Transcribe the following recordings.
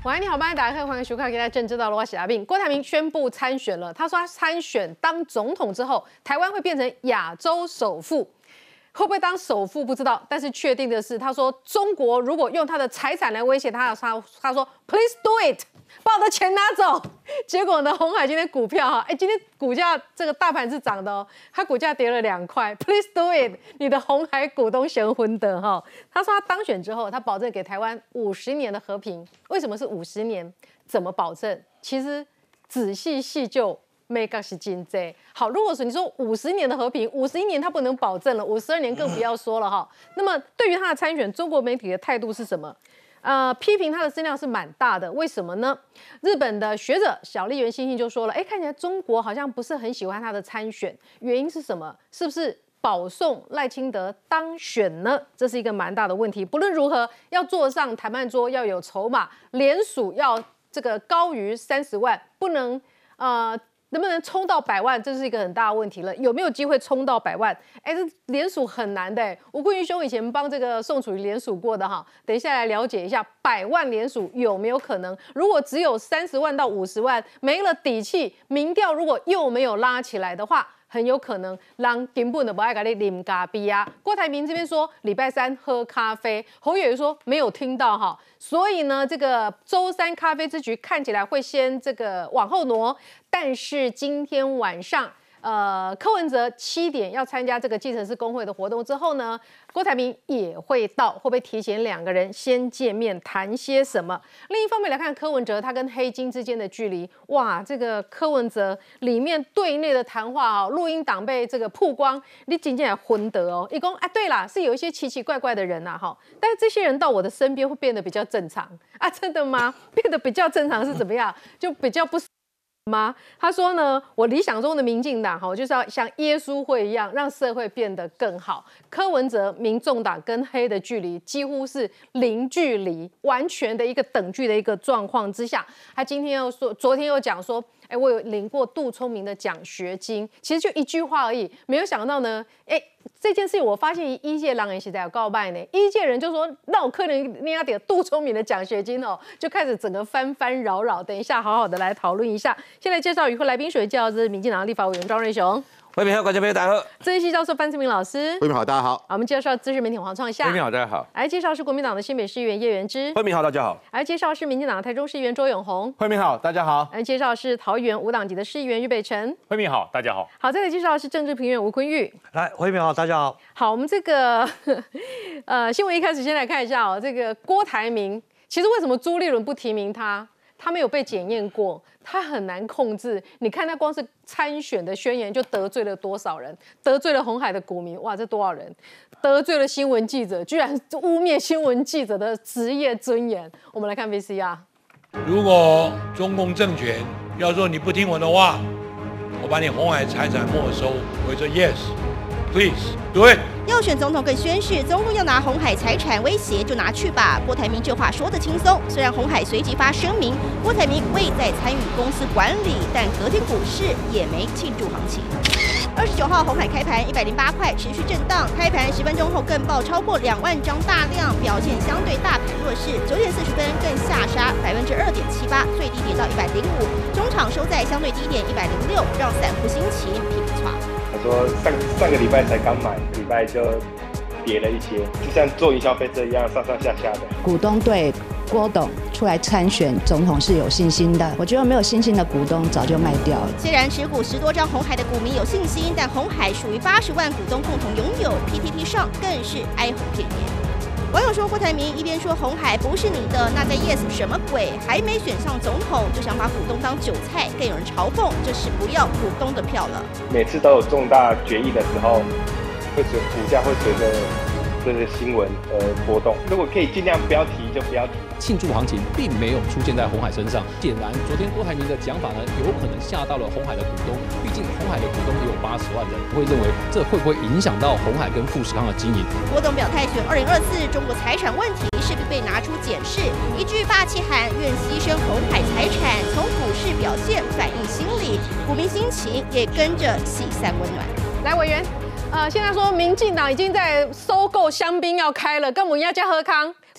晚安，你好，大家好，欢迎收看《今天政治道路》，我是阿炳。郭台铭宣布参选了，他说他参选当总统之后，台湾会变成亚洲首富。会不会当首富不知道，但是确定的是，他说中国如果用他的财产来威胁他说 Please do it， 把我的钱拿走。结果呢，鸿海今天股票今天股价这个大盘是涨的哦，它股价跌了2块。Please do it， 你的鸿海股东贤昏的哈。他说他当选之后，他保证给台湾50年的和平。为什么是50年？怎么保证？其实仔细细究。mega 是真济好，如果说你说50年的和平，51年他不能保证了，52年更不要说了哈。那么对于他的参选，中国媒体的态度是什么？批评他的声量是蛮大的，为什么呢？日本的学者小笠原欣幸就说了，看起来中国好像不是很喜欢他的参选，原因是什么？是不是保送赖清德当选呢？这是一个蛮大的问题。不论如何，要坐上谈判桌要有筹码，联署要这个高于30万，不能能不能冲到100万，这是一个很大的问题了。有没有机会冲到100万？这联署很难的。吴坤瑜兄以前帮这个宋楚瑜联署过的哈，等一下来了解一下100万联署有没有可能？如果只有30万到50万，没了底气，民调如果又没有拉起来的话，很有可能让根本的不爱给你啉咖啡啊。郭台铭这边说礼拜3喝咖啡，侯友宜说没有听到哈，所以呢，这个周3咖啡之局看起来会先这个往后挪，但是今天晚上。柯文哲7点要参加这个计程师工会的活动之后呢，郭台铭也会到，会不会提前2个人先见面谈些什么？另一方面来看，柯文哲他跟黑金之间的距离，哇，这个柯文哲里面对内的谈话录音档被这个曝光，你真正也昏得哦。一共对啦，是有一些奇奇怪怪的人但是这些人到我的身边会变得比较正常真的吗？变得比较正常是怎么样？就比较不。吗？他说呢，我理想中的民进党就是要像耶稣会一样，让社会变得更好。柯文哲、民众党跟黑的距离几乎是零距离，完全的一个等距的一个状况之下，他今天又说，昨天又讲说，我有领过杜聪明的奖学金，其实就一句话而已，没有想到呢，这件事情我发现一届人也是在有告白呢，一届人就说那我可能你要点杜聪明的奖学金就开始整个纷纷扰扰。等一下好好的来讨论一下。先来介绍与会来宾，首位介绍是民进党立法委员庄瑞雄。 慧敏好，观众朋友大家好。 政治系教授范思明老师。 慧敏好，大家好。 我们介绍资深媒体黄创夏。 慧敏好，大家好。 来介绍是国民党的新北市议员叶元之。 慧敏好，大家好。 来介绍是民进党的台中市议员周永宏。 慧敏好，大家好。 来介绍是桃园无党籍的市议员于北辰。 慧敏好，大家好。 好，再来介绍是政治评论吴坤玉。 来，慧敏好，大家好。 好，我们这个新闻一开始先来看一下这个郭台铭，其实为什么朱立伦不提名他？他没有被检验过，他很难控制。你看他光是参选的宣言就得罪了多少人？得罪了鸿海的股民，哇，这多少人？得罪了新闻记者，居然污蔑新闻记者的职业尊严。我们来看 VCR。 如果中共政权要说你不听我的话，我把你鸿海财产没收，我会说 yes。Please do it。 要选总统更宣誓，中共要拿鸿海财产威胁就拿去吧。郭台铭这话说得轻松，虽然鸿海随即发声明，郭台铭未再参与公司管理，但隔天股市也没庆祝行情。29号鸿海开盘108块，持续震荡，开盘10分钟后更爆超过2万张大量，表现相对大盘弱势。9点40分更下杀2.78%，最低跌到105，中场收在相对低点106，让散户心情平滑。 他说上个礼拜才刚买，礼拜就跌了一些，就像坐云霄飞车一样上上下下的。 股东对郭董出来参选总统是有信心的，我觉得没有信心的股东早就卖掉了。 虽然持股10多张鸿海的股民有信心，但鸿海属于80万股东共同拥有 ，PTT 上更是哀鸿遍野。网友说郭台铭一边说鸿海不是你的，那在 yes 什么鬼？还没选上总统就想把股东当韭菜，更有人嘲讽这是不要股东的票了。 每次都有重大决议的时候，股价会随着这些新闻波动。如果可以尽量不要提就不要提。 庆祝行情并没有出现在鸿海身上，显然昨天郭台铭的讲法呢，有可能吓到了鸿海的股东。毕竟鸿海的股东也有80万人，会认为这会不会影响到鸿海跟富士康的经营？ 郭董表态选2024，中国财产问题势必被拿出检视。一句霸气喊愿牺牲鸿海财产，从股市表现反映心理，股民心情也跟着喜散温暖。 来，委员。现在说民进党已经在收购香槟要开了，跟我们要加喝康。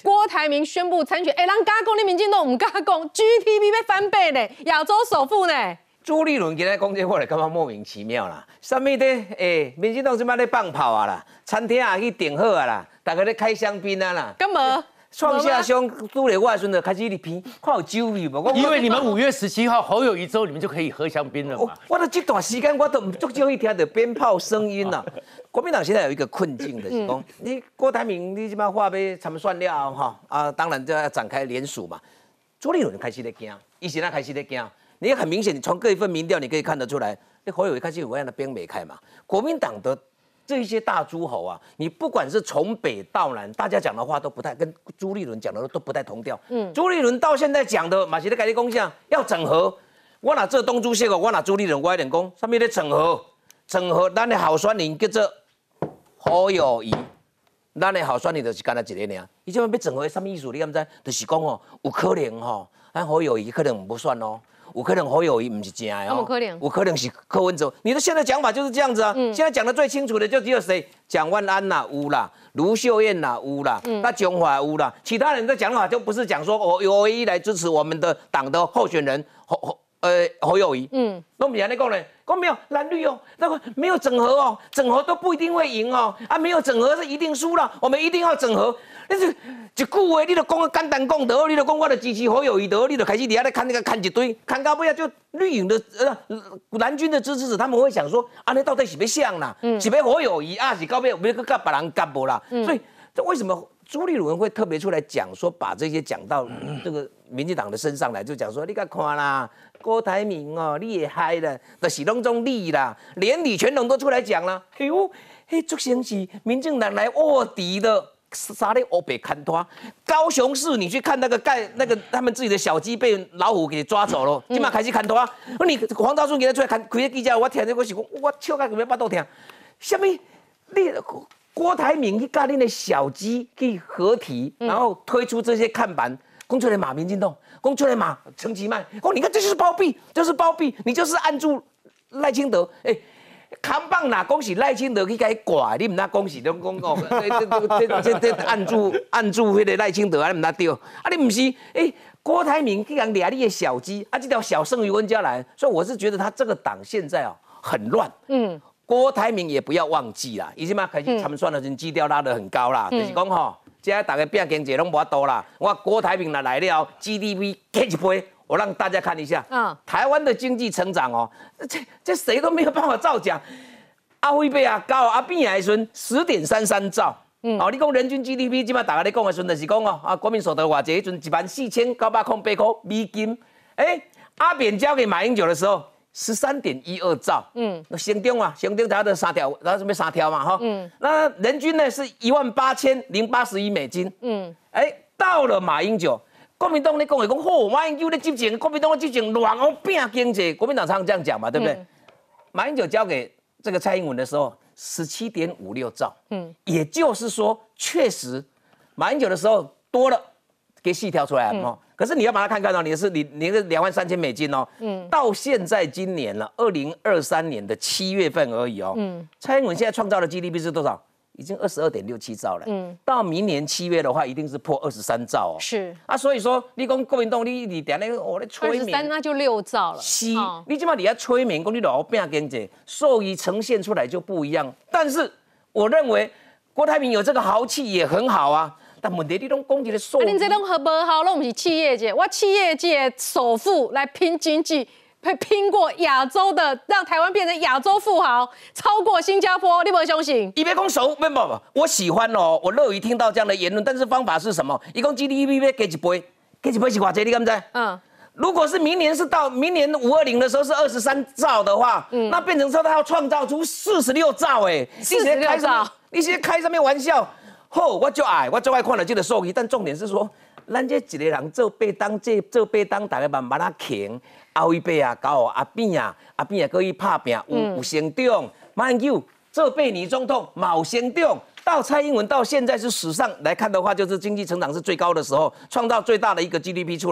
郭台铭宣布参选，人敢讲你民进党唔敢讲 ，GDP 要翻倍呢，亚洲首富呢。 朱立伦今日讲这话，就感觉莫名其妙啦。什么的，民进党即摆咧放炮啊啦，餐厅也去订好啊啦，大家咧开香槟啊啦。 干嘛？ 创下胸，拄咧我的时阵就开始咧闻，看有酒味无？ 因为你们5月17号侯友宜之后，你们就可以喝香槟了嘛。 我这段时间我都唔足少去听到鞭炮声音啦。国民党现在有一个困境的是讲，你郭台铭你即摆话要参选了哈啊，当然就要展开联署嘛。朱立伦开始咧惊，伊现在开始咧惊。你很明显，你从各一份民调你可以看得出来，侯友宜开始有这样的边没开嘛。国民党的这些大诸侯啊，你不管是从北到南，大家讲的话都不太跟朱立伦讲的都不太同调。朱立伦到现在讲的嘛是在跟你讲啥，要整合。我拿这东朱西个，我拿朱立伦，我一点讲，上面在整合，整合咱的候选人叫做侯友宜，咱的候选人就是干那一个尔。伊这要整合什么意思？你敢知？就是讲哦，有可能吼，咱侯友宜可能不算哦。有可能侯友宜不是真的哦，有可能是柯文哲。你的现在讲法就是这样子啊。现在讲的最清楚的就只有谁？蒋万安啦，有啦；卢秀燕啦，有啦；那中华有啦。其他人的讲法就不是讲说侯友宜来支持我们的党的候选人侯友宜。那我们讲那个呢？讲没有蓝绿哦，那个没有整合哦，整合都不一定会赢哦。啊，没有整合是一定输了，我们一定要整合。但是一句话，你就讲简单讲得，你就讲我就支持侯友宜得，你就开始底下咧看那个看一堆，看到尾啊就绿营的蓝军的支持者，他们会想说，啊，你到底是要像啦，是要侯友宜啊，是到尾要去跟别人夹无啦？所以这为什么朱立伦会特别出来讲说，把这些讲到这个民进党的身上来，就讲说，你看看啦，郭台铭哦，你也嗨了，就是拢总理啦，连李全龙都出来讲了，哎呦，嘿，足像是民进党来卧底的。杀咧欧北看拖，高雄市你去看那个他们自己的小鸡被老虎给抓走了，今嘛开始看拖。你黄兆顺今日出来看开个记者，我听这个是讲，我笑到要巴肚疼。什么？你郭台铭去跟恁的小鸡去合体，然后推出这些看板，讲出来骂民进党，讲出来骂陈其迈，讲你看这就是包庇，就是包庇，你就是按住赖清德，扛棒哪恭喜赖清德去给挂，你唔那恭喜都讲哦，这按住迄个赖清德，你唔那丢，啊你唔是郭台铭去人掠你的小鸡，啊这条小剩余温家来，所以我是觉得他这个党现在啊很乱，郭台铭也不要忘记啦，已经嘛开始参选的人基调拉得很高啦，就是讲吼，现在大家变经济拢无法度啦，我郭台铭来了 GDP 给一倍。我让大家看一下，台湾的经济成长哦，这谁都没有办法造假。阿辉贝啊，高阿扁的时阵10.33兆，哦，你讲人均 GDP 基本大家咧讲的时阵就是讲哦，啊，国民所得偌济，迄阵14908块美金，阿扁交给马英九的时候13.12兆，那成长啊，成长它的3条，它是咩3条嘛，哈，那人均呢是18081美金，到了马英九。国民党咧讲的讲，吼，马英九咧执政，国民党咧执政乱哦拼经济，国民党常常这样讲嘛，对不对？马英九交给这个蔡英文的时候，17.56兆，也就是说，确实马英九的时候多了，给细挑出来哦。可是你要把它看看哦，你的23000美金哦，到现在今年了，2023年的7月份而已哦，蔡英文现在创造的 GDP 是多少？已经22.67兆了，到明年7月的话，一定是破23兆哦。 是啊， 所以说你讲国民党你点那个我咧催眠 ，23那就6兆了。 是，你起码你要催眠，讲你老变经济，所以呈现出来就不一样。但是我认为郭台铭有这个豪气也很好啊，但问题你拢讲一个数， 恁这拢和无好，拢不是企业界，我企业界首富来拼经济。会拼过亚洲的，让台湾变成亚洲富豪，超过新加坡，你不相信？ 伊别讲熟，不，我喜欢哦，我乐于听到这样的言论，但是方法是什么？伊讲 GDP 要加一倍，加一倍是偌济？你敢知？如果是明年到明年520的时候是23兆的话，那变成说他要创造出46兆 46兆， 你现在开什么玩笑？好，我就爱看了这个数据，但重点是说，咱这一个人做八党，大家慢慢啊扛。阿辉伯啊，搞阿扁啊可以拍拼，有成长。马英九做8年总统，冇成长。到蔡英文到现在是史上来看的话，就是经济成长是最高的时候，创造最大的一个 GDP 出来。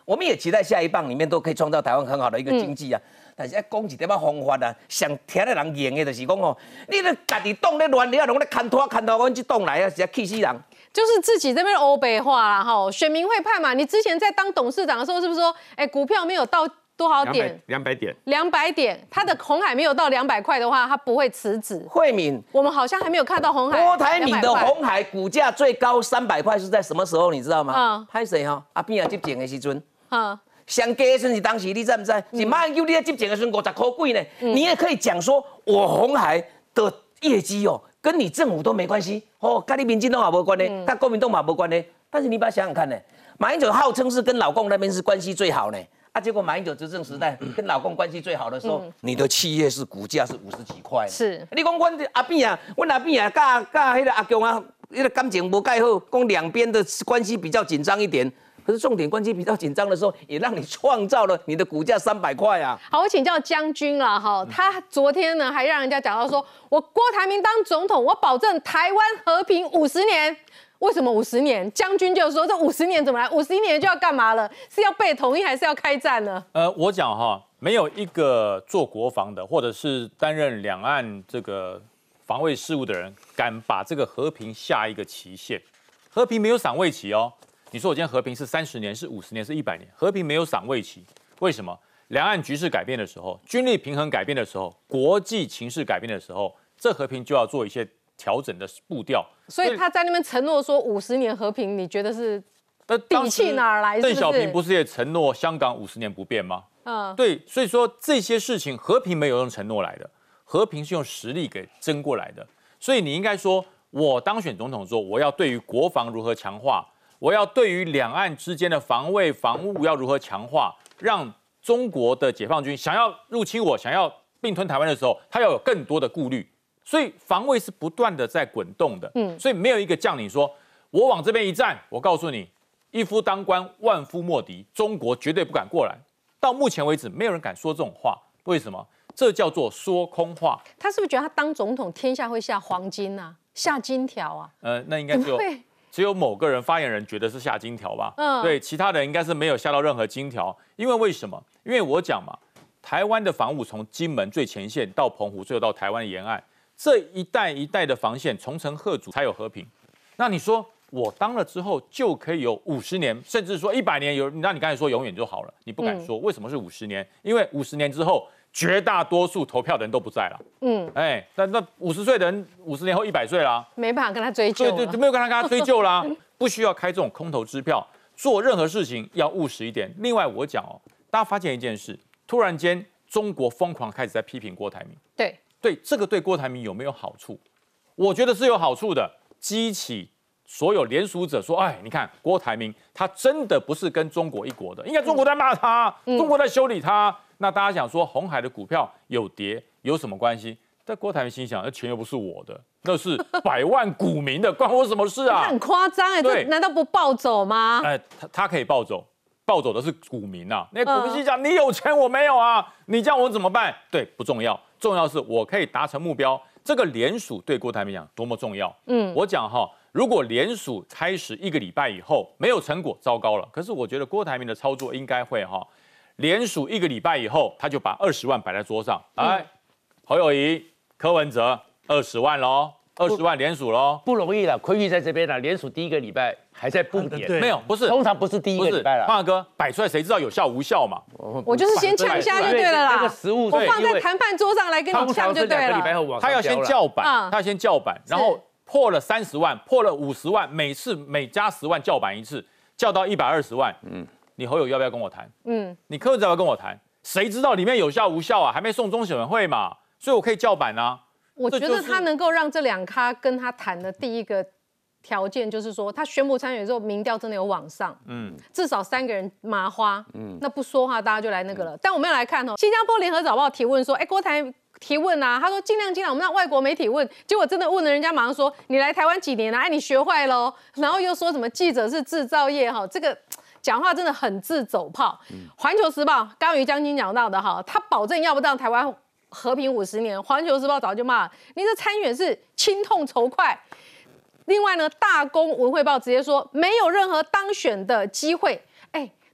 我们也期待下一棒里面都可以创造台湾很好的一个经济啊。但是要讲一点仔方法啊，上听的人赢的就是讲哦，你咧家己党咧乱了，拢咧牵拖，阮这党来啊，是要气死人。 就是自己这边欧北化啦，哈，选民会判嘛。你之前在当董事长的时候，是不是说，股票没有到多少点 ？200点。 200点，他的鸿海没有到200块的话，他不会辞职。 慧敏， 我们好像还没有看到鸿海。 郭台铭的鸿海股价最高300块是在什么时候？你知道吗？拍谁哈？阿扁啊执政的时阵。上低的时候是当时你知不知？是马英九你在执政的时候50块几呢？你也可以讲说，我鸿海的业绩哦。跟你政府都没关系哦，跟你民进党也没关系，跟国民党也没关系。但是你把它想想看呢，马英九号称是跟老共那边是关系最好呢，结果马英九执政时代跟老共关系最好的时候，你的企业是股价是50几块。 是， 你讲阮阿扁啊，阮阿扁啊，甲迄个阿公啊，迄个感情无介好，讲两边的关系比较紧张一点。可是重点关系比较紧张的时候，也让你创造了你的股价300块啊！ 好，我请教将军啦，哈，他昨天呢还让人家讲到说，我郭台铭当总统，我保证台湾和平50年。为什么50年？将军就说这50年怎么来？50年就要干嘛了？是要被统一还是要开战呢？ 我讲哈，没有一个做国防的，或者是担任两岸这个防卫事务的人，敢把这个和平下一个期限。和平没有赏味期哦。你说我今天和平是30年、是50年、是100年，和平没有赏味期，为什么？两岸局势改变的时候，军力平衡改变的时候，国际情势改变的时候，这和平就要做一些调整的步调。 所以他在那边承诺说50年和平，你觉得是底气哪儿来？ 邓小平不是也承诺香港50年不变吗？对，所以说这些事情和平没有用承诺来的，和平是用实力给争过来的。所以你应该说，我当选总统之后，我要对于国防如何强化。我要对于两岸之间的防卫防务要如何强化，让中国的解放军想要入侵我、想要并吞台湾的时候，他要有更多的顾虑。所以防卫是不断的在滚动的。所以没有一个将领说，我往这边一站，我告诉你，一夫当关，万夫莫敌，中国绝对不敢过来。到目前为止，没有人敢说这种话。为什么？这叫做说空话。 他是不是觉得他当总统，天下会下黄金啊，下金条啊？ 那应该只有某个人发言人觉得是下金条吧？对，其他人应该是没有下到任何金条。因为为什么？因为我讲嘛，台湾的防务从金门最前线到澎湖，最后到台湾的沿岸，这一带一带的防线重城贺主才有和平。那你说我当了之后就可以有50年，甚至说100年有？那你刚才说永远就好了，你不敢说。为什么是50年？因为50年之后，绝大多数投票的人都不在了。那50岁的人50年后100岁啦， 没办法跟他追究。 对，没有跟他追究啦，不需要开这种空头支票，做任何事情要务实一点。另外，我讲大家发现一件事，突然间中国疯狂开始在批评郭台铭。对，这个对郭台铭有没有好处？我觉得是有好处的，激起所有联署者说，你看郭台铭他真的不是跟中国一国的，应该中国在骂他，中国在修理他。那大家想说，鸿海的股票有跌有什么关系？但郭台铭心想，那钱又不是我的，那是100万股民的，关我什么事啊？ 很夸张这难道不抱走吗？ 他可以抱走，抱走的是股民啊。那股民心想，你有钱我没有啊，你这样我怎么办？对，不重要，重要是我可以达成目标。这个联署对郭台铭讲多么重要。我讲如果联署开始1个礼拜以后没有成果，糟糕了。可是我觉得郭台铭的操作应该会联署1个礼拜以后，他就把20万摆在桌上，侯友宜、柯文哲20万喽，20万联署喽， 不容易了。昆玉在这边了，联署第1个礼拜还在布点， 没有，不是， 通常不是第1个礼拜了。 胖哥摆出来，谁知道有效无效嘛？ 我就是先呛下就对了啦。 那个实物， 我放在谈判桌上来跟你呛就对了。 他要先叫板，然后破了30万，破了50万，每加10万叫板一次，叫到120万。你侯友宜要不要跟我谈？你柯文哲要不要跟我谈？谁知道里面有效无效啊？还没送中选会嘛，所以我可以叫板啊。 我觉得他能够让这2咖跟他谈的第一个条件就是说，他宣布参选之后，民调真的有往上，至少3个人麻花，那不说话大家就来那个了。但我们要来看新加坡联合早报提问说，郭台提问啊，他说尽量，我们让外国媒体问，结果真的问了，人家马上说你来台湾几年了？你学坏喽，然后又说什么记者是制造业这个。讲话真的很自走炮。环球时报刚于将军讲到的他保证要不让台湾和平50年。环球时报早就骂了，你这参选是亲痛仇快。另外呢，大公文汇报直接说没有任何当选的机会。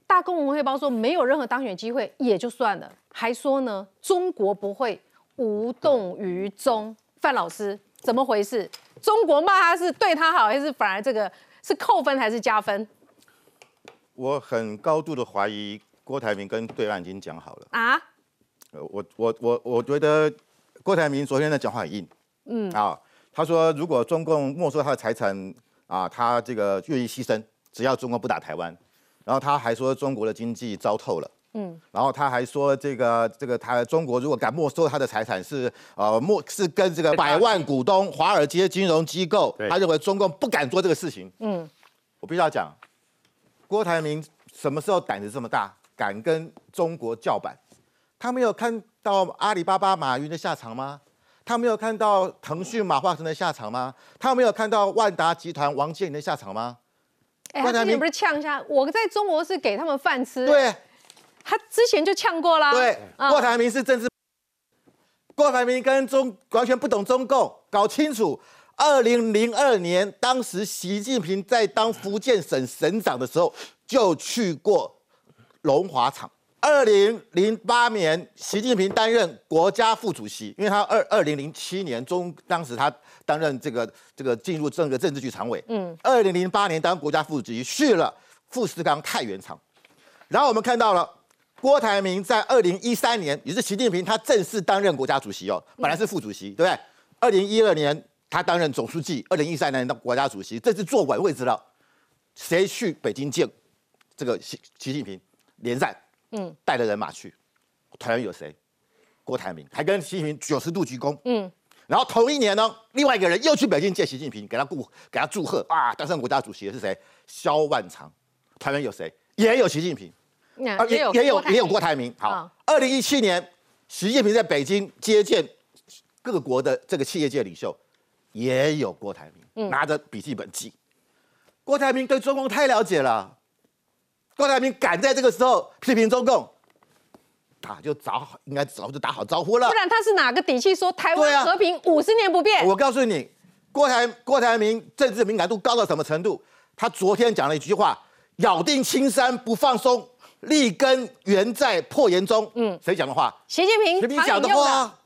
大公文汇报说没有任何当选机会也就算了，还说呢中国不会无动于衷。范老师怎么回事？中国骂他是对他好，还是反而这个是扣分还是加分？ 我很高度的怀疑郭台铭跟对岸已经讲好了啊。 我觉得郭台铭昨天的讲话很硬，他说如果中共没收他的财产啊，他这个愿意牺牲，只要中国不打台湾。然后他还说中国的经济糟透了，然后他还说他中国如果敢没收他的财产是跟这个100万股东华尔街金融机构，他认为中共不敢做这个事情。我必须要讲，郭台铭什么时候胆子这么大，敢跟中国叫板？他没有看到阿里巴巴马云的下场吗？他没有看到腾讯马化腾的下场吗？他没有看到万达集团王健林的下场吗？ 他之前不是呛一下，我在中国是给他们饭吃。 对， 他之前就呛过啦。 对，郭台铭是政治，郭台铭跟完全不懂中共，搞清楚。2002年，当时习近平在当福建省省长的时候，就去过龙华厂。2008年，习近平担任国家副主席，因为他2007年当时他担任这个进入政治局常委。2008年当国家副主席，去了富士康太原厂。然后我们看到了郭台铭在2013年，也是习近平他正式担任国家主席哦，本来是副主席，对不对？2012年他担任总书记，2013年当国家主席，这次坐稳位置了。谁去北京见这个习近平连战？带了人马去，团员有谁？郭台铭，还跟习近平90度鞠躬。然后同一年呢，另外一个人又去北京见习近平，给他祝贺啊，当上国家主席的是谁？萧万长，团员有谁？也有习近平，也有郭台铭。好，2017年，习近平在北京接见各国的这个企业界领袖，也有郭台铭，拿着笔记本记。郭台铭对中共太了解了。郭台铭敢在这个时候批评中共，应该早就打好招呼了。 不然他是哪个底气说台湾和平50年不变？ 我告诉你，郭台铭政治敏感度高到什么程度？他昨天讲了一句话：咬定青山不放松，立根原在破岩中。谁讲的话？ 习近平讲的话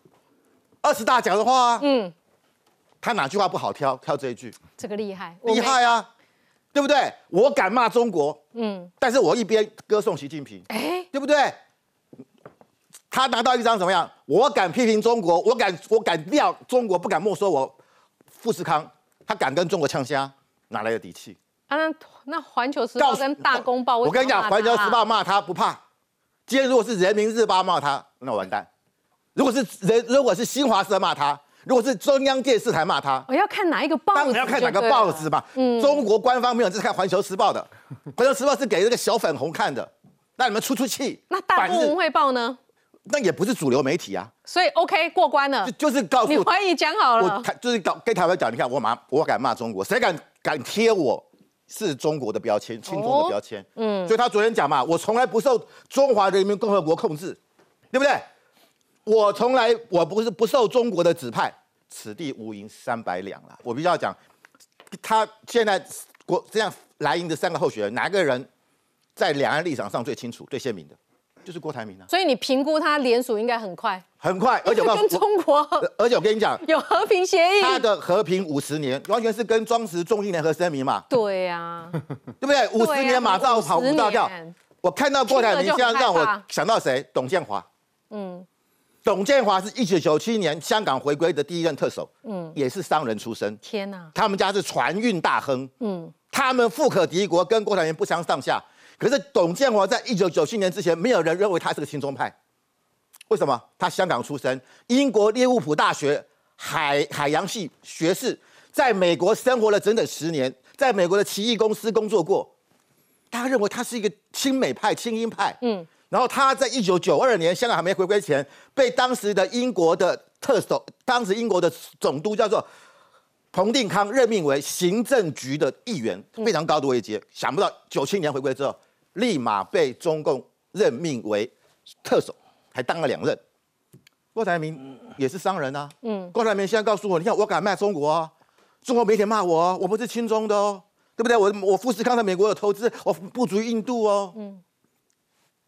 ，20大讲的话。他哪句话不好挑这一句？ 这个厉害啊！对不对？我敢骂中国，但是我一边歌颂习近平，对不对？他拿到一张怎么样？我敢批评中国，我敢撂中国不敢没收我富士康，他敢跟中国呛虾，哪来的底气？ 那环球时报跟大公报， 我跟你讲，环球时报骂他不怕，今天如果是人民日报骂他，那完蛋。如果是新华社骂他。如果是中央电视台骂他， 我要看哪一个报纸？ 当然要看哪个报纸嘛。中国官方没有，这是看《环球时报》的，《环球时报》是给这个小粉红看的，让你们出气。 那大公文汇报呢？ 那也不是主流媒体啊。 所以 OK 过关了， 就是告诉你怀疑讲好了， 就是跟台湾讲，你看我敢骂中国，谁敢贴我是中国的标签、亲中的标签？所以他昨天讲嘛，我从来不受中华人民共和国控制，对不对？我不受中国的指派，此地无银300两啦。我必须要讲，他现在这样蓝营的3个候选人，哪个人在两岸立场上最清楚、最鲜明的，就是郭台铭啊。 所以你评估他联署应该很快， 很快，而且跟中国， 而且我跟你讲， 有和平协议， 他的和平50年，完全是跟当时中英联合声明嘛。 对呀， 对不对？50年马照跑，舞照跳。我看到郭台铭，现在让我想到谁？董建华。董建华是1997年香港回归的第一任特首，也是商人出身。 天哪， 他们家是船运大亨，他们富可敌国，跟郭台铭不相上下。可是董建华在1997年之前，没有人认为他是个亲中派。为什么？他香港出身，英国利物浦大学海洋系学士，在美国生活了整整10年，在美国的奇异公司工作过。大家认为他是一个亲美派、亲英派。然后他在1992年香港还没回归前，被当时的英国的当时英国的总督叫做彭定康任命为行政局的议员，非常高的位阶。想不到97年回归之后，立马被中共任命为特首，还当了2任。郭台铭也是商人啊，郭台铭现在告诉我，你看我敢骂中国啊，中国媒体骂我，我不是亲中的哦，对不对？我富士康在美国有投资，我不足于印度哦。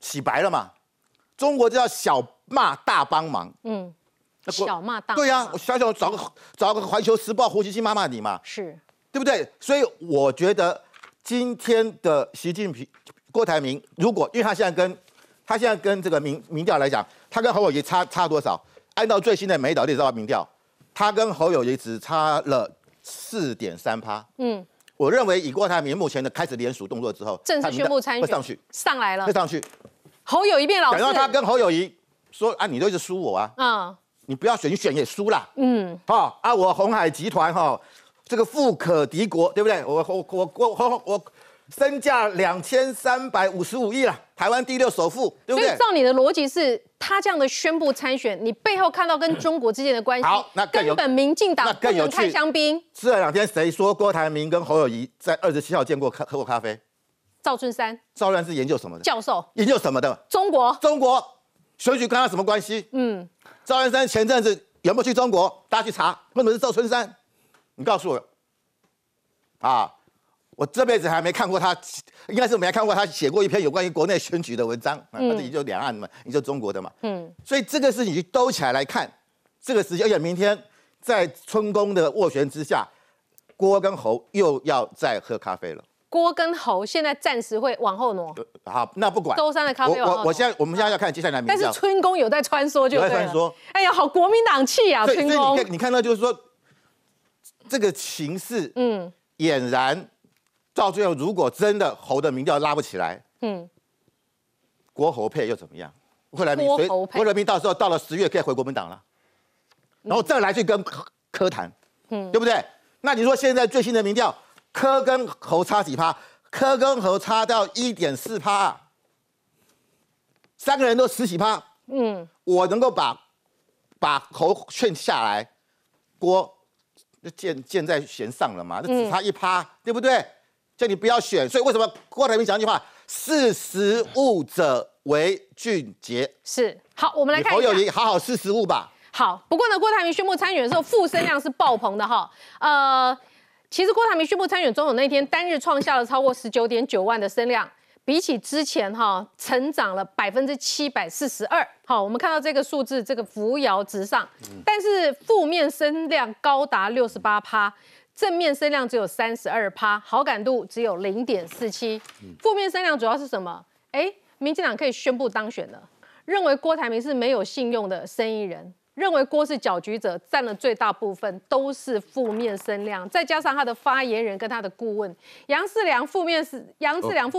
洗白了嘛。中国叫小骂大帮忙。 小骂大。 对呀，我小找个《环球时报》胡锡进骂骂你嘛， 是， 对不对？所以我觉得今天的习近平、郭台铭，如果因为他现在跟这个民调来讲，他跟侯友宜差多少？按照最新的美岛列岛民调，他跟侯友宜只差了4.3%。我认为以郭台铭目前的开始联署动作之后， 正式宣布参选， 会上来了， 会上去。 侯友宜变老四， 等到他跟侯友宜说啊，你都一直输我啊，你不要选，你选也输啦。我鸿海集团这个富可敌国，对不对？我身价2355亿了，台湾第6首富，对不对？ 所以照你的逻辑是，他这样的宣布参选，你背后看到跟中国之间的关系， 好，那根本民进党不能开香槟。 这2天谁说郭台铭跟侯友宜在27号喝过咖啡？ 赵春山。 赵春山是研究什么的？ 教授。 研究什么的？ 中国选举跟他什么关系？赵春山前阵子有没有去中国？大家去查，为什么是赵春山？你告诉我我这辈子还没看过他，应该是没看过他写过一篇有关于国内选举的文章。他自己就两岸的嘛，你就中国的嘛。所以这个事情去兜起来看，这个时间，而且明天在春宫的斡旋之下，郭跟侯又要再喝咖啡了。 郭跟侯现在暂时会往后挪。 好，那不管。 周三的咖啡往后挪。 我们现在要看接下来民调。 但是春宫有在穿梭就对了。有在穿梭。哎呀，好国民党气啊，春宫。 所以你看到就是说，这个形势，俨然到最后，如果真的侯的民调拉不起来，郭侯配又怎么样？郭台铭到时候到了10月可以回国民党了，然后再来去跟柯谈，对不对？那你说现在最新的民调？柯跟侯差几趴？柯跟侯差到1.4%，3个人都10几趴。我能够把侯劝下来，郭箭在弦上了嘛？那只差1%，对不对？叫你不要选。所以为什么郭台铭讲一句话？“识时务者为俊杰”。 是。好，我们来看一下。 侯友宜好好识时务吧。 好，不过呢，郭台铭宣布参选的时候，负声量是爆棚的哈。其实郭台铭宣布参选总统那天，单日创下了超过19.9万的声量，比起之前成长了742%。好，我们看到这个数字，这个扶摇直上，但是负面声量高达68%，正面声量只有32%，好感度只有0.47。负面声量主要是什么？民进党可以宣布当选了，认为郭台铭是没有信用的生意人。认为郭是搅局者，占了最大部分，都是负面声量，再加上他的发言人跟他的顾问杨志良负面声量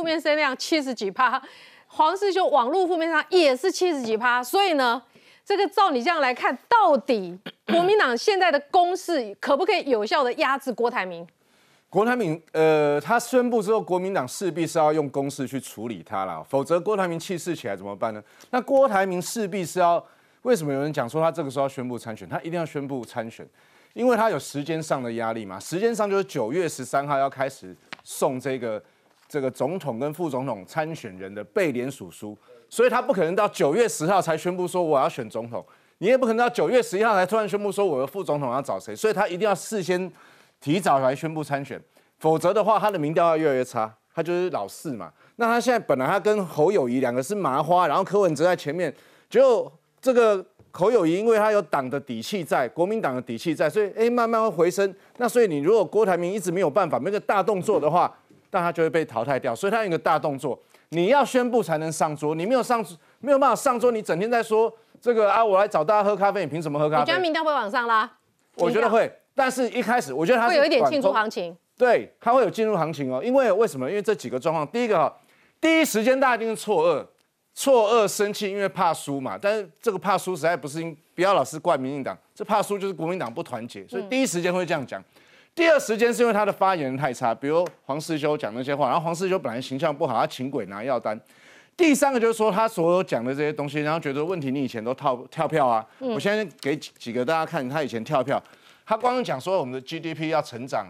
70几%，黄世修网络负面声量也是70几%，所以呢，这个照你这样来看，到底国民党现在的攻势可不可以有效的压制郭台铭？ 郭台铭，他宣布之后，国民党势必是要用攻势去处理他了，否则郭台铭气势起来怎么办呢？那郭台铭势必是要。为什么有人讲说他这个时候要宣布参选？他一定要宣布参选，因为他有时间上的压力嘛。时间上就是9月13号要开始送这个总统跟副总统参选人的被联署书，所以他不可能到9月10号才宣布说我要选总统，你也不可能到9月11号才突然宣布说我的副总统要找谁，所以他一定要事先提早来宣布参选，否则的话他的民调要越来越差，他就是老四嘛。那他现在本来他跟侯友宜2个是麻花，然后柯文哲在前面，就这个侯友宜因为他有党的底气在，国民党的底气在，所以慢慢会回升。那所以你如果郭台铭一直没有办法，没有个大动作的话，那他就会被淘汰掉。所以他有一个大动作，你要宣布才能上桌，你没有办法上桌，你整天在说这个我来找大家喝咖啡，你凭什么喝咖啡？ 你觉得民调会往上拉？ 我觉得会，但是一开始我觉得他会有一点庆祝行情。 对，他会有进入行情因为什么？因为这几个状况，第一个第一时间大家一定是错愕生气，因为怕输嘛。但是这个怕输实在不是不要老是怪民进党，这怕输就是国民党不团结，所以第一时间会这样讲。第二时间是因为他的发言人太差，比如黄世修讲那些话，然后黄世修本来形象不好，他请鬼拿药单。第三个就是说他所有讲的这些东西，然后觉得问题你以前都跳票啊。我现在给几个大家看他以前跳票，他光讲说我们的 GDP 要成长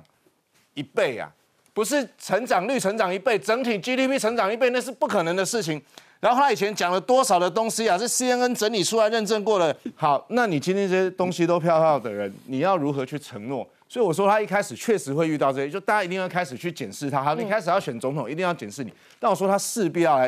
1倍啊，不是成长率成长1倍，整体 GDP 成长1倍那是不可能的事情。然后他以前讲了多少的东西啊？是 CNN 整理出来认证过的。好，那你今天这些东西都票的人，你要如何去承诺？所以我说他一开始确实会遇到这些，就大家一定要开始去检视他。好，你开始要选总统，一定要检视你。但我说他势必要来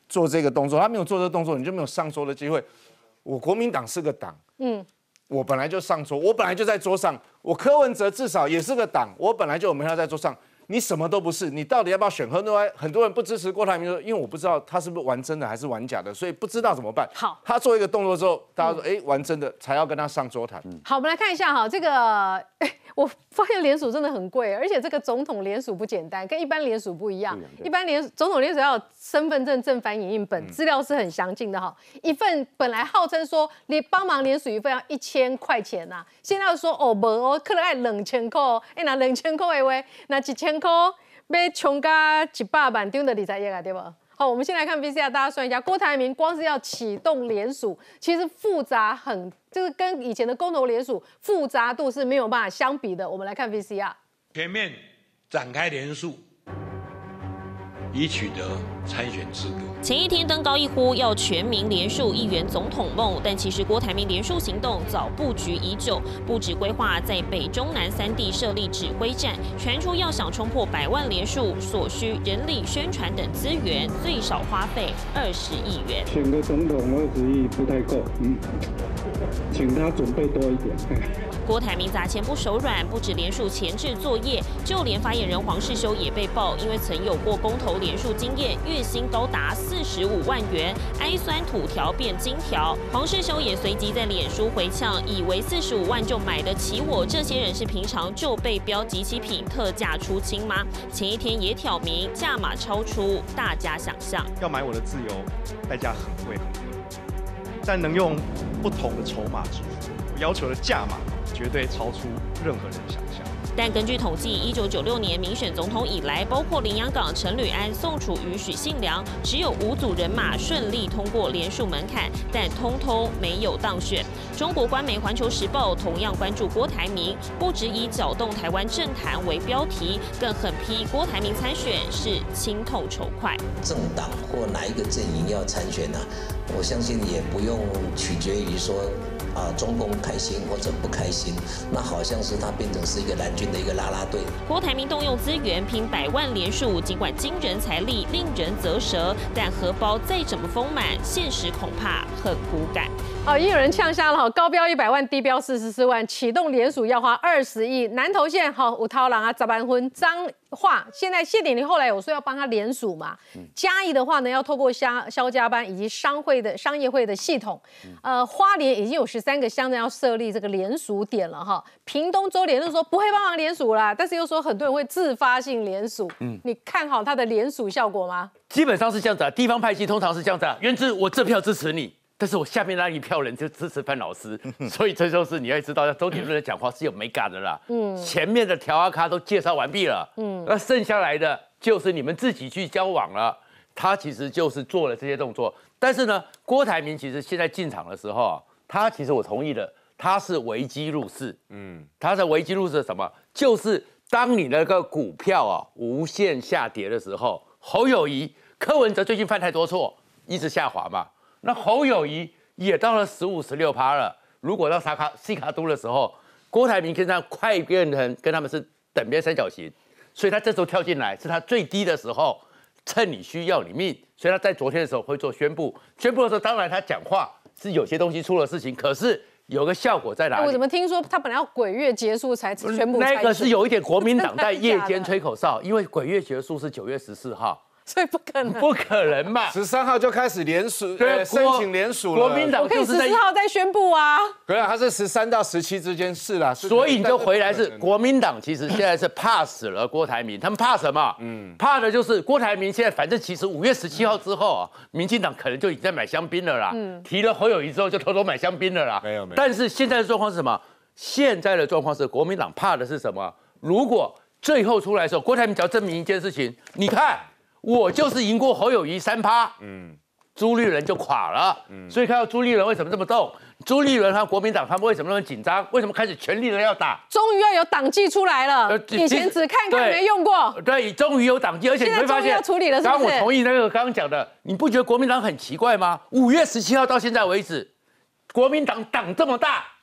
做这个动作，他没有做这个动作，你就没有上桌的机会。我国民党是个党，我本来就上桌，我本来就在桌上。我柯文哲至少也是个党，我本来就有门票在桌上。你什么都不是，你到底要不要选？很多人不支持郭台铭，说因为我不知道他是不是玩真的还是玩假的，所以不知道怎么办。 好， 他做一个动作之后，大家说玩真的才要跟他上桌谈。 好，我们来看一下哈，这个我发现联署真的很贵，而且这个总统联署不简单，跟一般联署不一样。一般总统联署要有身份证正反影印本，资料是很详尽的哈。一份本来号称说你帮忙联署一份要1000块钱呐，现在说没哦，可能要2000块哦。那2000块的话，那1000块要冲到100万张的20亿啊，对不？好，我们先来看 VCR， 大家算一下，郭台铭光是要启动联署，其实复杂就是跟以前的公投联署复杂度是没有办法相比的。我们来看 VCR， 全面展开联署，以取得参选资格。 前一天登高一呼要全民联署一圆总统梦，但其实郭台铭联署行动早布局已久，不止规划在北中南3地设立指挥站，传出要想冲破100万联署，所需人力、宣传等资源最少花费20亿元。 选个总统20亿不太够，请他准备多一点。 郭台铭砸钱不手软，不止联署前置作业，就连发言人黄世修也被爆，因为曾有过公投联署经验，月薪高达45万元，挨酸土条变金条。黄世修也随即在脸书回呛，以为45万就买得起我，这些人是平常就被标即期品特价出清吗？前一天也挑明价码超出大家想象， 要买我的自由，代价很贵很贵，但能用不同的筹码支付，我要求的价码绝对超出任何人想象。 但根据统计，1996年民选总统以来，包括林洋港、陈履安、宋楚瑜、许信良，只有5组人马顺利通过联署门槛，但通通没有当选。中国官媒《环球时报》同样关注郭台铭，不只以搅动台湾政坛为标题，更狠批郭台铭参选是心痛筹快。 政党或哪一个阵营要参选呢？我相信也不用取决于说。中共开心或者不开心，那好像是他变成是一个蓝军的一个啦啦队。 郭台铭动用资源拼100万联署，尽管惊人财力令人啧舌，但荷包再怎么丰满，现实恐怕很骨感。 也有人呛瞎了，高标100万，低标44万，启动联署要花20亿。南投县有桃人啊，10万分彰化，现在谢点玲后来有说要帮他联署嘛。嘉义的话呢，要透过销家班以及商业会的系统。花莲已经有13个乡镇要设立这个联署点了哈。屏东州联络说不会帮忙联署啦，但是又说很多人会自发性联署。你看好他的联署效果吗？ 基本上是这样子啊，地方派系通常是这样子啊，元之我这票支持你。但是我下面那一票人就支持潘老师，所以这就是你要知道，周铁伦的讲话是有美感的啦。前面的条阿咖都介绍完毕了，那剩下来的就是你们自己去交往了。他其实就是做了这些动作，但是呢，郭台铭其实现在进场的时候啊，他其实我同意的，他是危机入市。他的危机入市是什么？就是当你那个股票啊无限下跌的时候，侯友宜、柯文哲最近犯太多错，一直下滑嘛。那侯友宜也到了15%、16%了。如果到西卡都的时候，郭台铭跟他快变成跟他们是等边三角形，所以他这时候跳进来是他最低的时候，趁你需要你命，所以他在昨天的时候会做宣布。宣布的时候，当然他讲话是有些东西出了事情，可是有个效果在哪里？ 我怎么听说他本来要鬼月结束才宣布？ 那个是有一点国民党在夜间吹口哨，因为鬼月结束是9月14号。 所以不可能， 不可能嘛 ！13号就开始联署，申请联署了。 国民党就是在 14号再宣布啊。 对啊，他是13到17之间是啦。 所以你就回来是国民党，其实现在是怕死了郭台铭，他们怕什么？怕的就是郭台铭现在反正其实5月17号之后啊，民进党可能就已经在买香槟了啦。提了侯友宜之后就偷偷买香槟了啦。 没有。 但是现在的状况是什么？现在的状况是国民党怕的是什么？如果最后出来的时候，郭台铭只要证明一件事情，你看。我就是赢过侯友宜3%，朱立伦就垮了，所以看到朱立伦为什么这么动？朱立伦和国民党他们为什么那么紧张？为什么开始全力的要打？ 终于要有党纪出来了，以前只看看没用过。 对，终于有党纪，而且你会发现， 要处理了是不是？ 刚我同意那个刚刚讲的，你不觉得国民党很奇怪吗？5月17号到现在为止，国民党党这么大，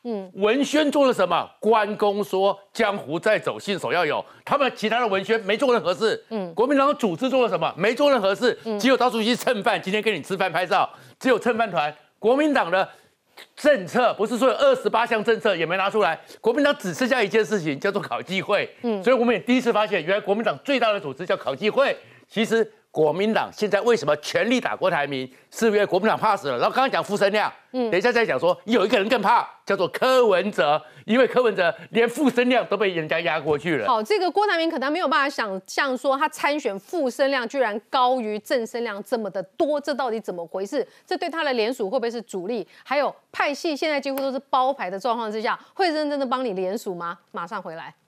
文宣做了什么？关公说江湖再走，信手要有。他们其他的文宣没做任何事。国民党组织做了什么？没做任何事，只有到处去蹭饭，今天跟你吃饭拍照，只有蹭饭团。国民党的政策不是说有28项政策也没拿出来，国民党只剩下一件事情，叫做考纪会。所以我们也第一次发现，原来国民党最大的组织叫考纪会。其实国民党现在为什么全力打郭台铭，是因为国民党怕死了。然后刚刚讲傅声量，等一下再讲说有一个人更怕，叫做柯文哲，因为柯文哲连傅声量都被人家压过去了。 好，这个郭台铭可能没有办法想象说他参选傅声量居然高于郑声量这么的多，这到底怎么回事？这对他的联署会不会是主力？还有派系现在几乎都是包牌的状况之下，会认真的帮你联署吗？马上回来。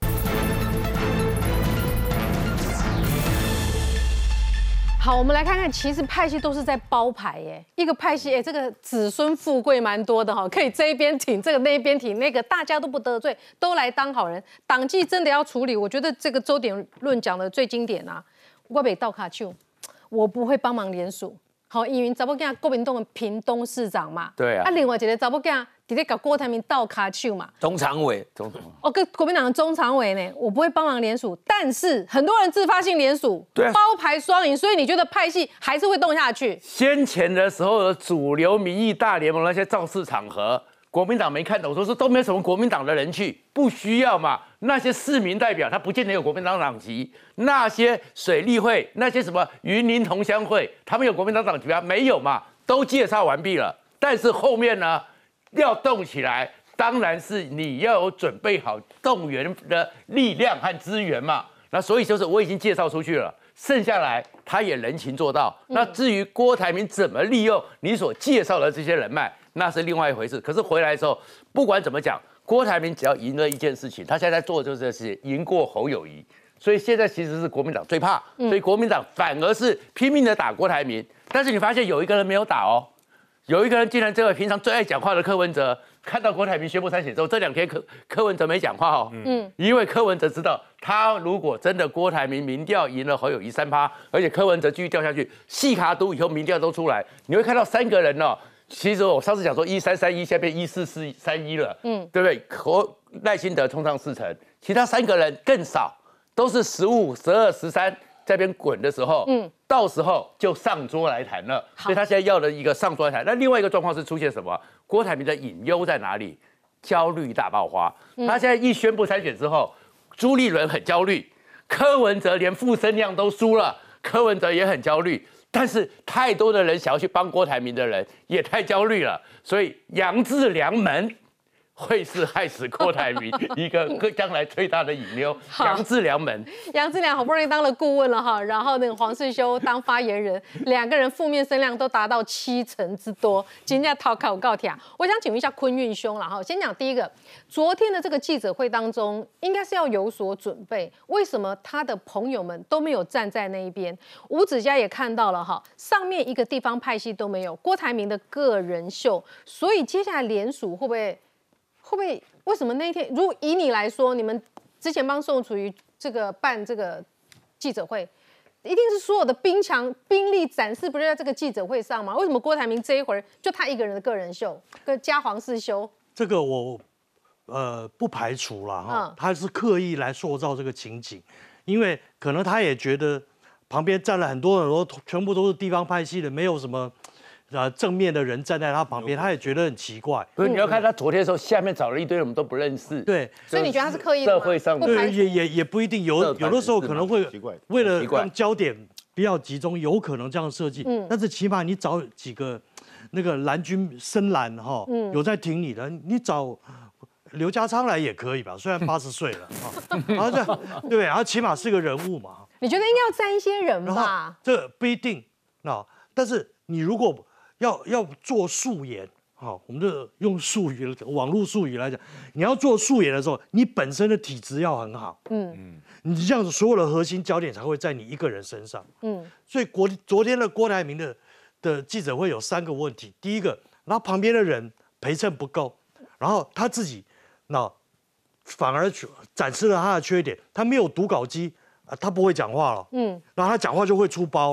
好，我们来看看，其实派系都是在包牌耶。一个派系，这个子孙富贵蛮多的哈，可以这一边挺这个，那一边挺那个，大家都不得罪，都来当好人。党纪真的要处理，我觉得这个周点论讲的最经典啊，我北倒卡丘，我不会帮忙联署。好，因为查某囝国民党的屏东市长嘛， 对啊， 另外一个查某囝直接搞郭台铭倒卡丘嘛， 中常委， 跟国民党的中常委呢，我不会帮忙联署，但是很多人自发性联署， 对啊， 包牌双赢，所以你觉得派系还是会动下去？ 先前的时候的主流民意大联盟那些造势场合，国民党没看懂，说是都没什么国民党的人去，不需要嘛。那些市民代表他不见得有国民党党籍，那些水利会，那些什么云林同乡会，他们有国民党党籍吗？没有嘛，都介绍完毕了。但是后面呢，要动起来，当然是你要有准备好动员的力量和资源嘛。那所以就是我已经介绍出去了，剩下来他也人情做到。那至于郭台铭怎么利用你所介绍的这些人脉，那是另外一回事。可是回来的时候，不管怎么讲，郭台铭只要赢了一件事情，他现在做的就是这事情，赢过侯友宜。所以现在其实是国民党最怕，所以国民党反而是拼命的打郭台铭。但是你发现有一个人没有打哦，有一个人竟然这位平常最爱讲话的柯文哲，看到郭台铭宣布参选之后，这2天柯文哲没讲话哦，因为柯文哲知道，他如果真的郭台铭民调赢了侯友宜3%，而且柯文哲继续掉下去，细卡都以后民调都出来，你会看到3个人哦。其实我上次讲说1331，现在变1431了，对不对？赖清德冲上4成，其他3个人更少，都是15、12、13在这边滚的时候，到时候就上桌来谈了。所以他现在要的一个上桌来谈。那另外一个状况是出现什么？郭台铭的隐忧在哪里？焦虑大爆发。他现在一宣布参选之后，朱立伦很焦虑，柯文哲连傅声量都输了，柯文哲也很焦虑。但是太多的人想要去帮郭台铭的人也太焦虑了，所以杨志良门会是害死郭台铭一个将来最大的隐忧。杨志良门， 杨志良好不容易当了顾问了哈，然后那个黄世修当发言人，2个人负面声量都达到7成之多，今天讨考告帖。我想请问一下坤运兄了哈，先讲第一个，昨天的这个记者会当中，应该是要有所准备，为什么他的朋友们都没有站在那一边？吴子嘉也看到了哈，上面一个地方派系都没有，郭台铭的个人秀，所以接下来联署会不会？为什么那一天？如果以你来说，你们之前帮宋楚瑜这个办这个记者会，一定是所有的兵力展示不是在这个记者会上吗？为什么郭台铭这一会儿就他一个人的个人秀，跟加黄世修？ 这个我不排除了哈，他是刻意来塑造这个情景，因为可能他也觉得旁边站了很多，全部都是地方派系的，没有什么。正面的人站在他旁边，他也觉得很奇怪。 不是，你要看他昨天的时候，下面找了一堆人，我们都不认识。 对， 所以你觉得他是刻意的吗？ 社会上对，也不一定，有的时候可能会为了让焦点比较集中，有可能这样设计。但是起码你找几个那个蓝军深蓝哈，有在挺你的，你找刘家昌来也可以吧？虽然80岁了哈，然后这对，然后起码是个人物嘛。 你觉得应该要站一些人吧？ 这不一定啊，但是你如果要做素颜，好，我们就用术语，网络术语来讲，你要做素颜的时候，你本身的体质要很好，你这样子所有的核心焦点才会在你一个人身上，所以昨天的郭台铭的记者会有3个问题，第一个，然后旁边的人陪衬不够，然后他自己反而展示了他的缺点，他没有读稿机，他不会讲话了，然后他讲话就会出包了。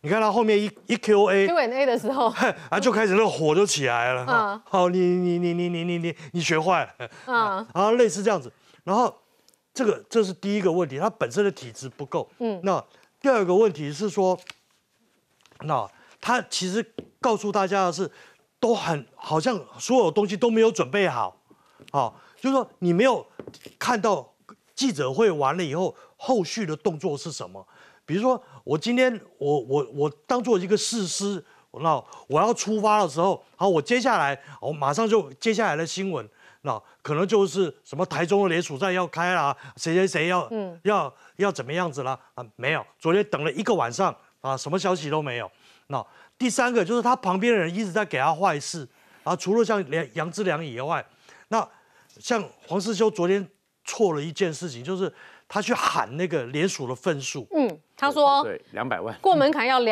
你看他后面一 Q&A 的时候， 啊，就开始那个火就起来了。好，你学坏了。然后类似这样子。然后这是第一个问题，他本身的体质不够。那第二个问题是说，那他其实告诉大家的是，都好像所有东西都没有准备好。就是说你没有看到记者会完了以后后续的动作是什么。比如说，我今天我当做一个士师，那我要出发的时候，好，我接下来我马上就接下来的新闻，那可能就是什么台中的联署站要开啦，谁要怎么样子啦啊？没有，昨天等了1个晚上啊，什么消息都没有。那第三个就是他旁边的人一直在给他坏事啊，除了像杨之良以外，那像黄世修昨天错了一件事情，就是他去喊那个联署的份数。 他说对200万过门槛要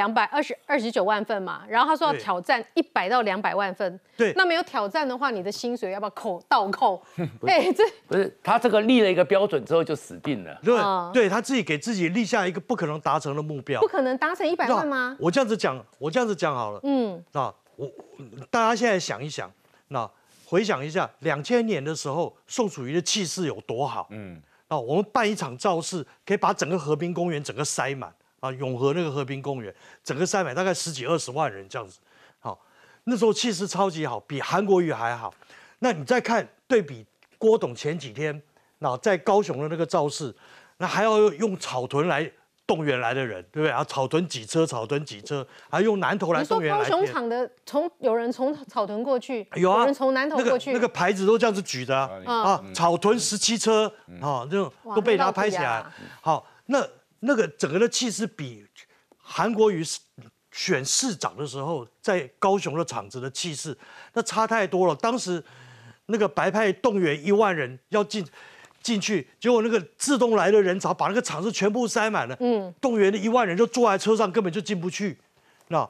29万份嘛，然后他说要挑战100到200万份。 对， 那没有挑战的话，你的薪水要不要倒扣？ 这不是他这个立了一个标准之后就死定了。 对他自己给自己立下一个不可能达成的目标。 不可能达成100万吗？ 我这样子讲好了。那大家现在想一想，那回想一下2000年的时候，宋楚瑜的气势有多好。我们办一场造势，可以把整个河滨公园整个塞满啊，永和那个河滨公园整个塞满，大概10几20万人这样子。好，那时候气势超级好，比韩国瑜还好。那你再看对比郭董前几天，在高雄的那个造势，那还要用草屯来动员来的人，对不对啊？草屯几车，还用南投来动员来。 你说高雄场的有人从草屯过去， 有啊， 有人从南投过去， 那个牌子都这样子举的啊，草屯17车啊，这种都被他拍起来。好，那个整个的气势比韩国瑜选市长的时候在高雄的场子的气势，那差太多了。当时那个白派动员1万人要进去，结果那个自动来的人潮把那个场子全部塞满了。动员的1万人就坐在车上，根本就进不去。那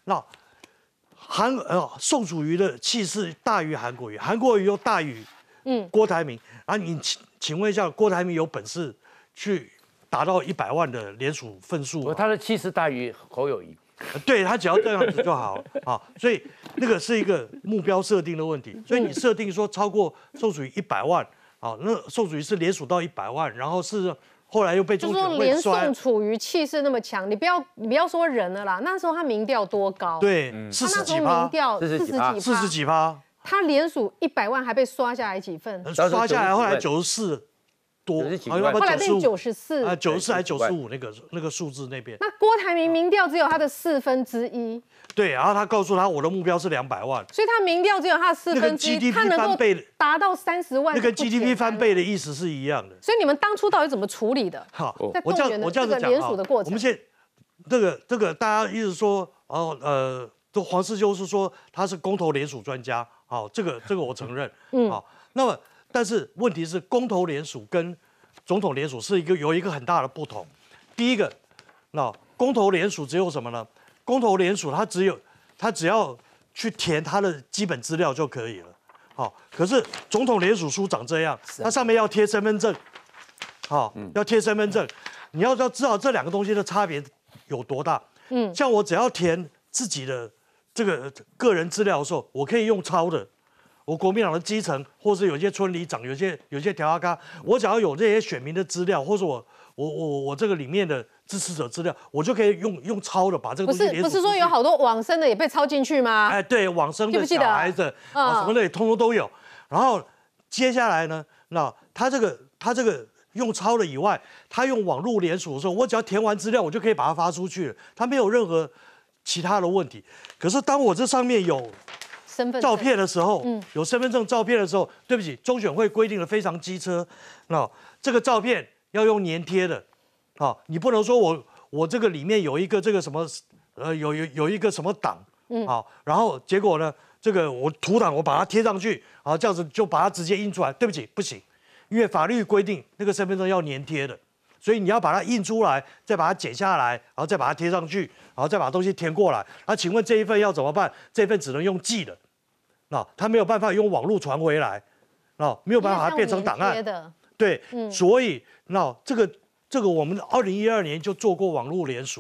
宋楚瑜的气势大于韩国瑜，韩国瑜又大于郭台铭。你请问一下，郭台铭有本事去达到100万的联署份数吗？ 他的气势大于侯友宜。 对，他只要这样子就好啊。所以那个是一个目标设定的问题。所以你设定说超过宋楚瑜100万。那宋楚瑜是联署到100万，然后是后来又被中选会连宋楚瑜气势那么强，你不要说人了啦，那时候他民调多高？ 对，40几趴， 民调 40几趴， 他联署100万还被刷下来几份？ 刷下来后来94多， 后来变94 啊，94还95那个数字那边。 那郭台铭民调只有他的1/4。 对，然后他告诉他我的目标是200万， 所以他民调只有他的1/4，他能够达到30万。 那个 GDP 翻倍的意思是一样的。 所以你们当初到底怎么处理的？ 好，我这样子讲联署的过程。 我们现在这个大家一直说都黄世修是说他是公投联署专家，好，这个我承认。好，那么但是问题是公投联署跟总统联署是有一个很大的不同。第一个，公投联署只有什么呢？公投联署，他只要去填他的基本资料就可以了。好，可是总统联署书长这样，它上面要贴身份证，要贴身份证。你要知道这2个东西的差别有多大。像我只要填自己的这个个人资料的时候，我可以用抄的。我国民党的基层，或是有些村里长，有些条阿咖，我只要有这些选民的资料，或是我这个里面的支持者资料，我就可以用抄的把这个东西不是说有好多往生的也被抄进去吗？ 哎，对，往生的小孩子什么的也通通都有。然后接下来呢，他这个用抄的以外，他用网络联署的时候，我只要填完资料，我就可以把它发出去了，他没有任何其他的问题。可是当我这上面有照片的时候，有身份证照片的时候，对不起，中选会规定的非常机车，这个照片要用粘贴的，你不能说我这个里面有一个这个什么，有一个什么党，然后结果呢，这个我图档我把它贴上去，这样子就把它直接印出来，对不起，不行，因为法律规定那个身份证要粘贴的，所以你要把它印出来，再把它剪下来，然后再把它贴上去，然后再把东西填过来。请问这一份要怎么办？这一份只能用寄的。他没有办法用网络传回来，没有办法把它变成档案。对，所以这个我们2012年就做过网络联署，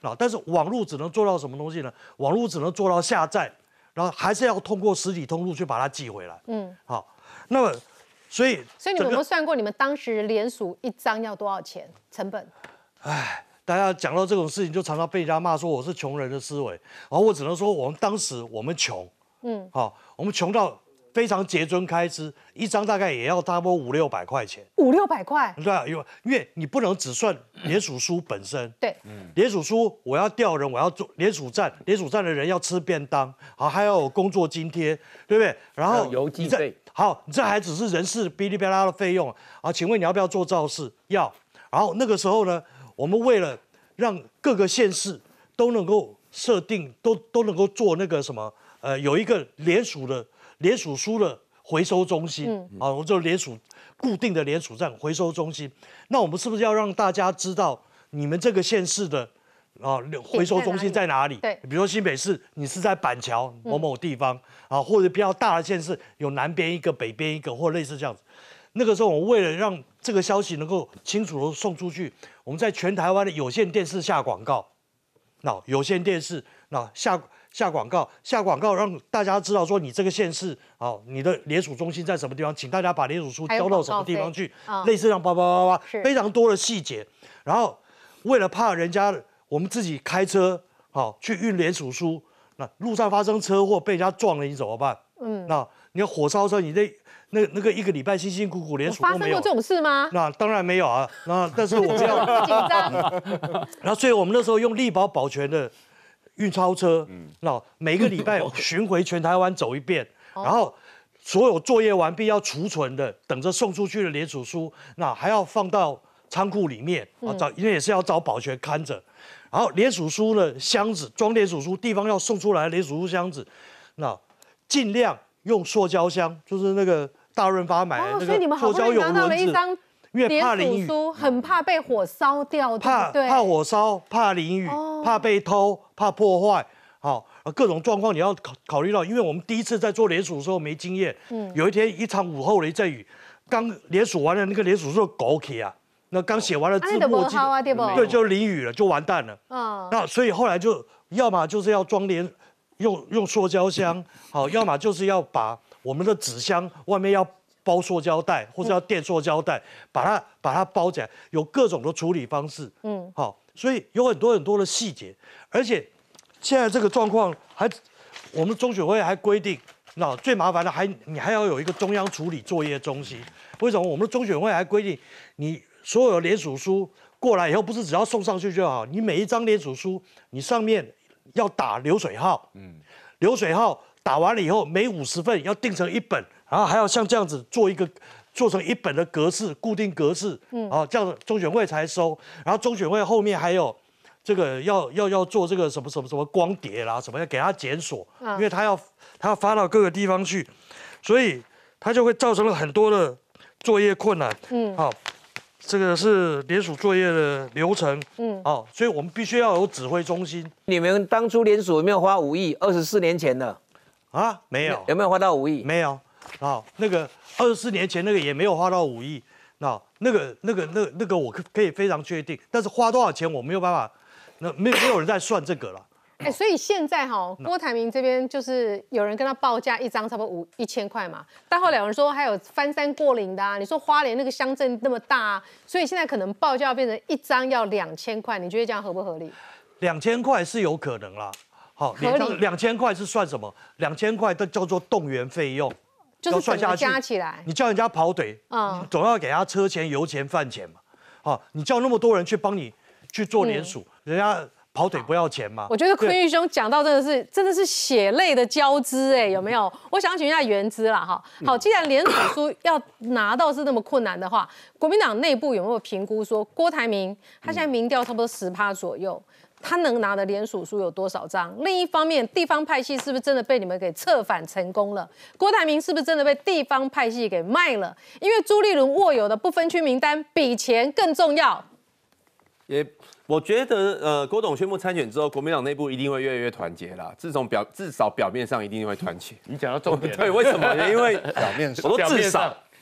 但是网络只能做到什么东西呢？网络只能做到下载，然后还是要通过实体通路去把它寄回来。好，那么所以你们有没有算过你们当时联署一张要多少钱成本？ 大家讲到这种事情，就常常被人家骂说我是穷人的思维，然后我只能说我们当时我们穷，我们穷到非常节尊开支，一张大概也要差不多500-600块钱。 500-600块？ 对啊，因为你不能只算联署书本身。 对， 联署书我要调人，我要做联署站，联署站的人要吃便当，好，还要有工作津贴，对不对？然后邮寄费。 好，这还只是人事哔哩吧啦的费用啊。请问你要不要做造势？要。然后那个时候呢，我们为了让各个县市都能够设定，都能够做那个什么，有一个联署书的回收中心啊，我就固定的联署站回收中心。那我们是不是要让大家知道你们这个县市的回收中心在哪里？对，比如说新北市，你是在板桥某某地方啊，或者比较大的县市有南边一个、北边一个，或类似这样子。那个时候，我们为了让这个消息能够清楚的送出去，我们在全台湾的有线电视下广告，有线电视下广告，让大家知道说你这个县市你的联署中心在什么地方，请大家把联署书交到什么地方去，类似这样非常多的细节。然后为了怕我们自己开车去运联署书，那路上发生车祸被人家撞了，你怎么办？那你要火烧车，你那个一个礼拜辛辛苦苦连署都没有。 发生过这种事吗？ 那当然没有啊。但是我们要紧张。 然后所以我们那时候用力宝保全的运钞车，每个礼拜巡回全台湾走一遍，然后所有作业完毕要储存的，等着送出去的联署书，还要放到仓库里面因为也是要找保全看着。然后联署书的箱子装联署书，地方要送出来的联署书箱子，尽量用塑胶箱，就是那个大润发买的那个塑胶有轮子，因为怕淋雨， 很怕被火烧掉， 怕火烧，怕淋雨，怕被偷，怕破坏，各种状况你要考虑到。因为我们第一次在做联署的时候没经验，有一天一场午后的一阵雨，刚联署完了，那个联署书狗起啊，那刚写完了字墨迹，对，就淋雨了，就完蛋了。那所以后来就要么就是要用塑胶箱，要么就是要把我们的纸箱外面要包塑胶袋，或者要垫塑胶袋，把它包起来，有各种的处理方式。所以有很多的细节，而且现在这个状况我们中选会还规定，最麻烦的你还要有一个中央处理作业中心。为什么我们的中选会还规定，你所有的联署书过来以后，不是只要送上去就好，你每一张联署书，你上面要打流水号，流水号打完了以后，每50份要订成一本，然后还要像这样子做成一本的格式，固定格式，这样中选会才收。然后中选会后面还有这个要做这个什么光碟啦，什么要给它检索，因为它要发到各个地方去，所以它就会造成了很多的作业困难。这个是联署作业的流程，所以我们必须要有指挥中心。 你们当初联署有没有花5亿？24年前的啊，没有。 有没有花到5亿？ 没有。那个24年前那个也没有花到5亿。那个我可以非常确定，但是花多少钱我没有办法，没有人在算这个了。 所以现在郭台铭这边就是有人跟他报价一张差不多1000块嘛，但后来有人说还有翻山过岭的你说花莲那个乡镇那么大所以现在可能报价变成一张要2000块，你觉得这样合不合理 ？2000块是有可能啦。2000块是算什么？2000块都叫做动员费用， 就是算下去加起来， 你叫人家跑腿，总要给他车钱、油钱、饭钱嘛。你叫那么多人去帮你去做联署，人家跑腿不要钱吗？ 我觉得坤玉兄讲到真的是血泪的交织有没有？我想请问一下元之啦好，既然联署书要拿到是那么困难的话，国民党内部有没有评估说郭台铭他现在民调差不多10%左右，他能拿的联署书有多少张？另一方面，地方派系是不是真的被你们给策反成功了？郭台铭是不是真的被地方派系给卖了？因为朱立伦握有的不分区名单比钱更重要。 我觉得郭董宣布参选之后，国民党内部一定会越来越团结啦。至少表面上一定会团结。 你讲到重点， 对，为什么呢？因为表面上， 我说至少，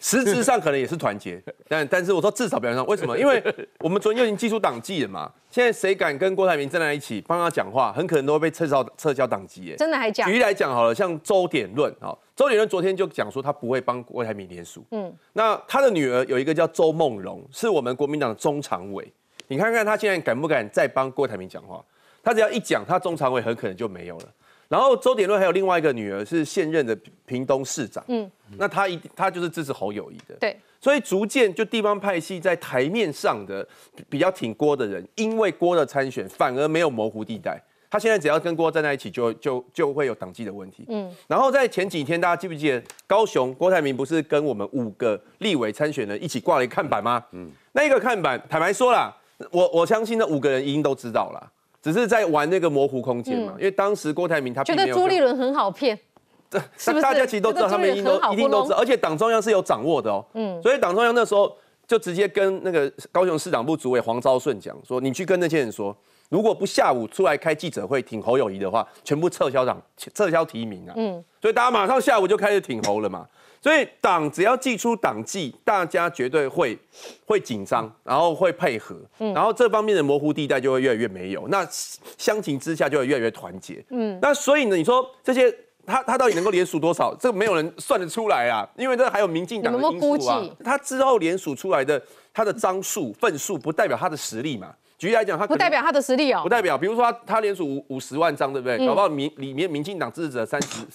实质上可能也是团结，但是我说至少表面上，为什么？因为我们昨天就已经祭出党纪了嘛，现在谁敢跟郭台铭站在一起帮他讲话，很可能都会被撤销党纪耶。 真的还假？ 举例来讲好了，像周点论，周点论昨天就讲说他不会帮郭台铭联署，那他的女儿有一个叫周梦荣，是我们国民党的中常委，你看看他现在敢不敢再帮郭台铭讲话？他只要一讲，他中常委很可能就没有了。然后周点论还有另外一个女儿是现任的屏东市长，那他就是支持侯友宜的， 对， 所以逐渐就地方派系在台面上的比较挺郭的人，因为郭的参选反而没有模糊地带，他现在只要跟郭站在一起就会有党纪的问题，然后在前几天大家记不记得高雄郭台铭不是跟我们5个立委参选人一起挂了一个看板吗？那一个看板坦白说啦，我相信那5个人一定都知道啦。只是在玩那个模糊空间嘛，因为当时郭台铭他觉得朱立伦很好骗，是不是？ 大家其实都知道，他们一定都知道，而且党中央是有掌握的哦。所以党中央那时候就直接跟那个高雄市党部主委黄昭顺讲说，你去跟那些人说，如果不下午出来开记者会挺侯友宜的话，全部撤销提名啊。所以大家马上下午就开始挺侯了嘛。所以党只要祭出党纪，大家绝对会紧张，然后会配合，然后这方面的模糊地带就会越来越没有，那相形之下就会越来越团结。那所以呢，你说这些他到底能够联署多少？这个没有人算得出来啊，因为这还有民进党的因素啊。他之后联署出来的他的张数份数，不代表他的实力嘛。举例来讲，他不代表他的实力哦， 不代表，比如说他连署50万张，对不对？搞不好里面民进党支持者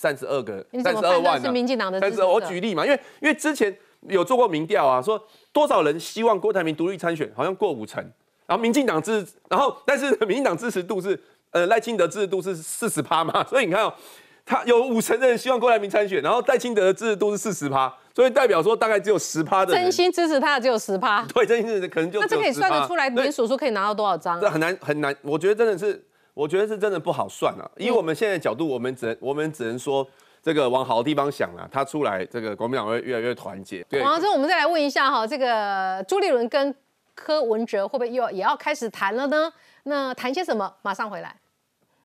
32万是民进党的支持者。 我举例嘛，因为之前有做过民调啊，说多少人希望郭台铭独立参选，好像过50%，然后民进党但是民进党支持度是赖清德支持度是40%嘛，所以你看哦，他有50%的人希望郭台铭参选，然后赖清德的支持度是40%。所以代表说大概只有10%的人真心支持他的只有10%， 对，真心支持可能就只有10%。 那这可以算得出来，联署数可以拿到多少张？ 这很难，我觉得是真的不好算啊。以我们现在的角度，我们只能说这个往好的地方想啊，他出来这个国民党会越来越团结。对， 王之后我们再来问一下哈，这个朱立伦跟柯文哲会不会也要开始谈了呢？那谈些什么？马上回来。